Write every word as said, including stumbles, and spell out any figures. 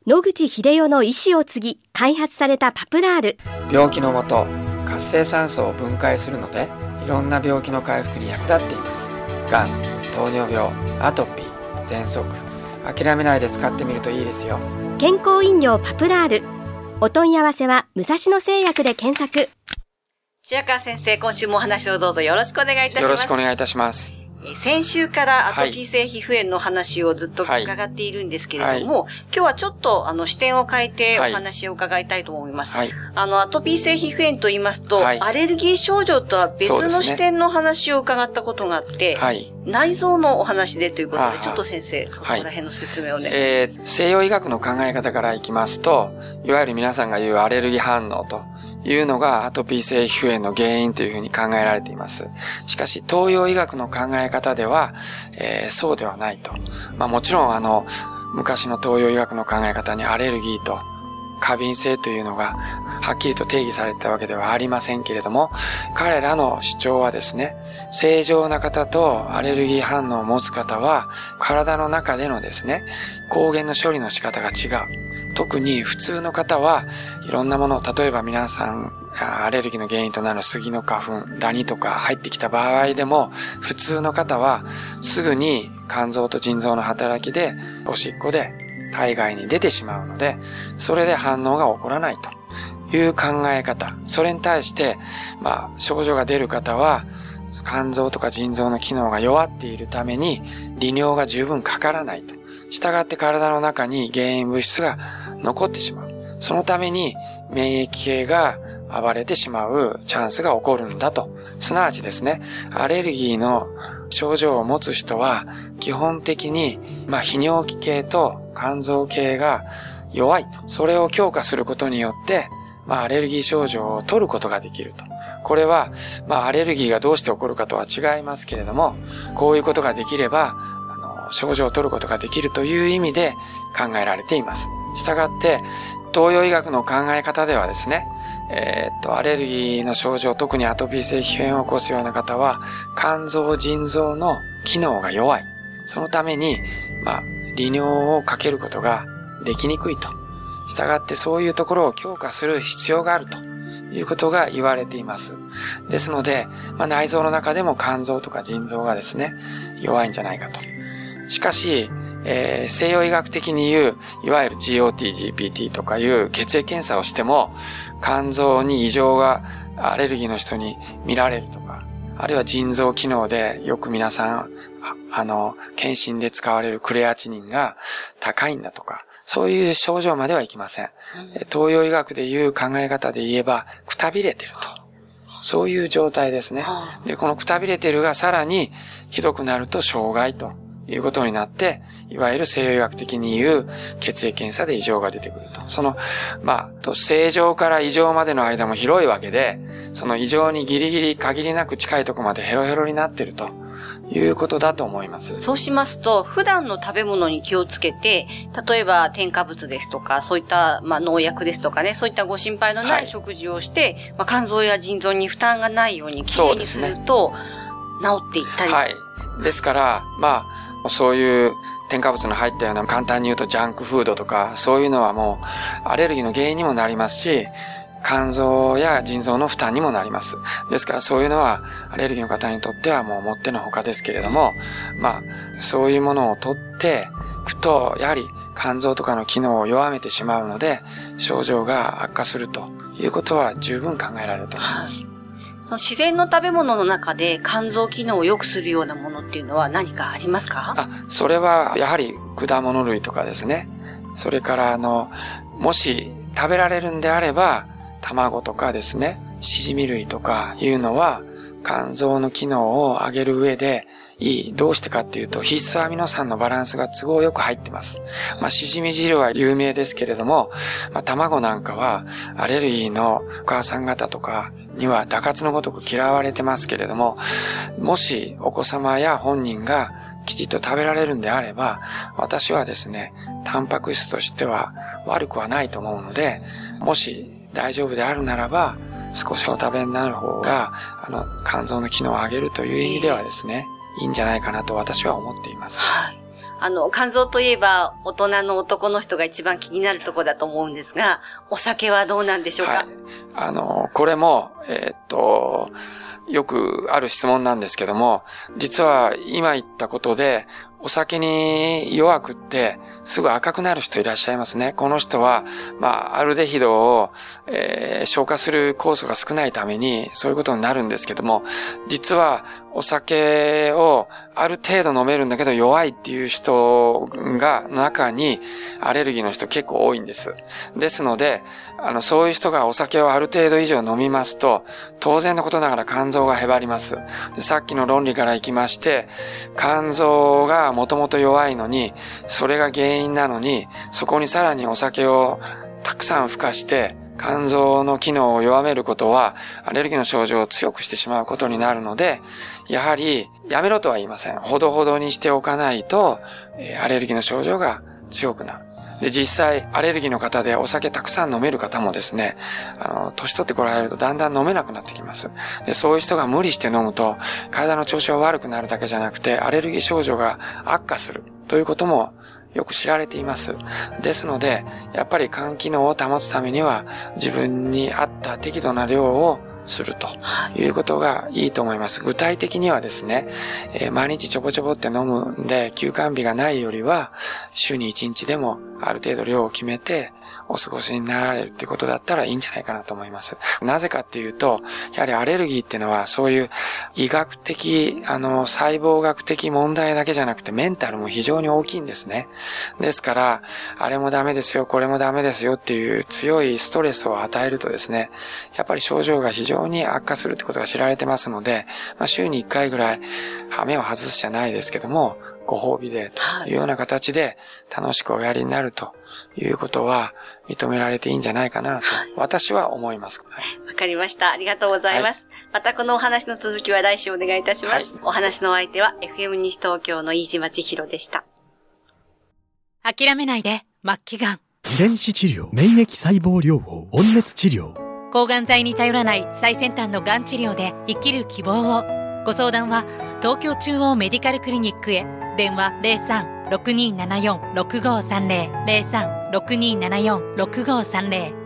野口英世の遺志を継ぎ開発されたパプラール。 病気のもと、活性酸素を分解するのでいろんな病気の回復に役立っています。がん、糖尿病、アトピー、喘息、諦めないで使ってみるといいですよ。 健康飲料パプラール。お問い合わせは武蔵野製薬で検索。 白川先生、今週もお話をどうぞよろしくお願いいたします。 よろしくお願いいたします。 先週からアトピー性皮膚炎の話をずっと伺っているんですけれども、はいはい、今日はちょっとあの視点を変えてお話を伺いたいと思います。はい、あのアトピー性皮膚炎と言いますと、はい、アレルギー症状とは別の視点の話を伺ったことがあって、はい、内臓のお話でということで、ちょっと先生、そこら辺の説明をね。 はい、えー、西洋医学の考え方からいきますと、いわゆる皆さんが言うアレルギー反応というのがアトピー性皮膚炎の原因というふうに考えられています。しかし東洋医学の考え方では、えー、そうではないと。まあもちろんあの昔の東洋医学の考え方にアレルギーと過敏性というのがはっきりと定義されてたわけではありませんけれども、彼らの主張はですね、正常な方とアレルギー反応を持つ方は体の中でのですね、抗原の処理の仕方が違う。特に普通の方はいろんなものを、例えば皆さんアレルギーの原因となる杉の花粉、ダニとか入ってきた場合でも、普通の方はすぐに肝臓と腎臓の働きでおしっこで体外に出てしまうので、それで反応が起こらないという考え方。それに対して、まあ症状が出る方は肝臓とか腎臓の機能が弱っているために利尿が十分かからないと。したがって体の中に原因物質が残ってしまう。そのために免疫系が暴れてしまうチャンスが起こるんだと。すなわちですね、アレルギーの症状を持つ人は基本的に、まあ、泌尿器系と肝臓系が弱いと。それを強化することによって、まあ、アレルギー症状を取ることができると。これは、まあ、アレルギーがどうして起こるかとは違いますけれども、こういうことができれば、あの、症状を取ることができるという意味で考えられています。したがって、東洋医学の考え方ではですね、えー、っと、アレルギーの症状、特にアトピー性皮膚炎を起こすような方は、肝臓、腎臓の機能が弱い。そのために、まあ、利尿をかけることができにくいと。したがってそういうところを強化する必要があるということが言われています。ですので、まあ、内臓の中でも肝臓とか腎臓がですね、弱いんじゃないかと。しかし、えー、西洋医学的に言う、いわゆる ジーオーティー、ジーピーティー とかいう血液検査をしても、肝臓に異常がアレルギーの人に見られるとか、あるいは腎臓機能でよく皆さん、あの、検診で使われるクレアチニンが高いんだとか、そういう症状まではいきません。東洋医学でいう考え方で言えば、くたびれてると。そういう状態ですね。で、このくたびれてるがさらにひどくなると障害ということになって、いわゆる西洋医学的に言う血液検査で異常が出てくると。その、まあ、正常から異常までの間も広いわけで、その異常にギリギリ限りなく近いところまでヘロヘロになってるということだと思います。 そうしますと、普段の食べ物に気をつけて、例えば添加物ですとか、そういった、まあ、農薬ですとかね、そういったご心配のない食事をして、はい、まあ、肝臓や腎臓に負担がないようにきれいにすると、治っていったり。 はい。ですから、まあ、そういう添加物の入ったような、簡単に言うとジャンクフードとか、そういうのはもうアレルギーの原因にもなりますし、肝臓や腎臓の負担にもなります。ですからそういうのはアレルギーの方にとってはもうもってのほかですけれども、まあそういうものを取っていくと、やはり肝臓とかの機能を弱めてしまうので、症状が悪化するということは十分考えられると思います。 その自然の食べ物の中で肝臓機能を良くするようなものっていうのは何かありますか？ あ、それはやはり果物類とかですね。それからあの、もし食べられるんであれば、卵とかですね、しじみ類とかいうのは肝臓の機能を上げる上でいい。どうしてかっていうと、必須アミノ酸のバランスが都合よく入ってます。まあ、しじみ汁は有名ですけれども、まあ、卵なんかはアレルギーのお母さん方とかには打滑のごとく嫌われてますけれども、もしお子様や本人がきちっと食べられるんであれば、私はですね、タンパク質としては悪くはないと思うので、もし大丈夫であるならば、少しお食べになる方が、あの、肝臓の機能を上げるという意味ではですね、いいんじゃないかなと私は思っています。 はい。 あの、肝臓といえば大人の男の人が一番気になるところだと思うんですが、お酒はどうなんでしょうか？はい、 あの、これも、えー、っと、よくある質問なんですけども、実は今言ったことで、お酒に弱くってすぐ赤くなる人いらっしゃいますね。この人は、まあ、アルデヒドを、えー、消化する酵素が少ないためにそういうことになるんですけども、実はお酒をある程度飲めるんだけど弱いっていう人が中にアレルギーの人結構多いんです。ですので、あの、そういう人がお酒をある程度以上飲みますと、当然のことながら肝臓がへばります。で、さっきの論理からいきまして、肝臓がもともと弱いのに、それが原因なのに、そこにさらにお酒をたくさん付加して、肝臓の機能を弱めることは、アレルギーの症状を強くしてしまうことになるので、やはり、やめろとは言いません。ほどほどにしておかないと、えー、アレルギーの症状が強くなる。で、実際、アレルギーの方でお酒たくさん飲める方もですね、あの、年取ってこられるとだんだん飲めなくなってきます。で、そういう人が無理して飲むと、体の調子が悪くなるだけじゃなくて、アレルギー症状が悪化するということもよく知られています。ですので、やっぱり肝機能を保つためには、自分に合った適度な量をするということがいいと思います。具体的にはですね、えー、毎日ちょぼちょぼって飲むんで休肝日がないよりは週にいちにちでもある程度量を決めてお過ごしになられるっていうことだったらいいんじゃないかなと思います。なぜかっていうと、やはりアレルギーっていうのはそういう医学的、あの、細胞学的問題だけじゃなくてメンタルも非常に大きいんですね。ですから、あれもダメですよ、これもダメですよっていう強いストレスを与えるとですね、やっぱり症状が非常に悪化するってことが知られてますので、まあ、週にいっかいぐらい羽目を外すじゃないですけども、ご褒美でというような形で楽しくおやりになるということは認められていいんじゃないかなと私は思います。 はい、わかりました。ありがとうございます。はい、またこのお話の続きは来週お願いいたします。はい、お話の相手は エフエム 西東京の飯島千尋でした。 諦めないで、末期がん。 遺伝子治療、免疫細胞療法、温熱治療。 抗がん剤に頼らない最先端のがん治療で生きる希望を。ご相談は東京中央メディカルクリニックへ。電話 ゼロさん ろくにーななよん ろくごーさんゼロ ゼロさん ろくにーななよん ろくごーさんゼロ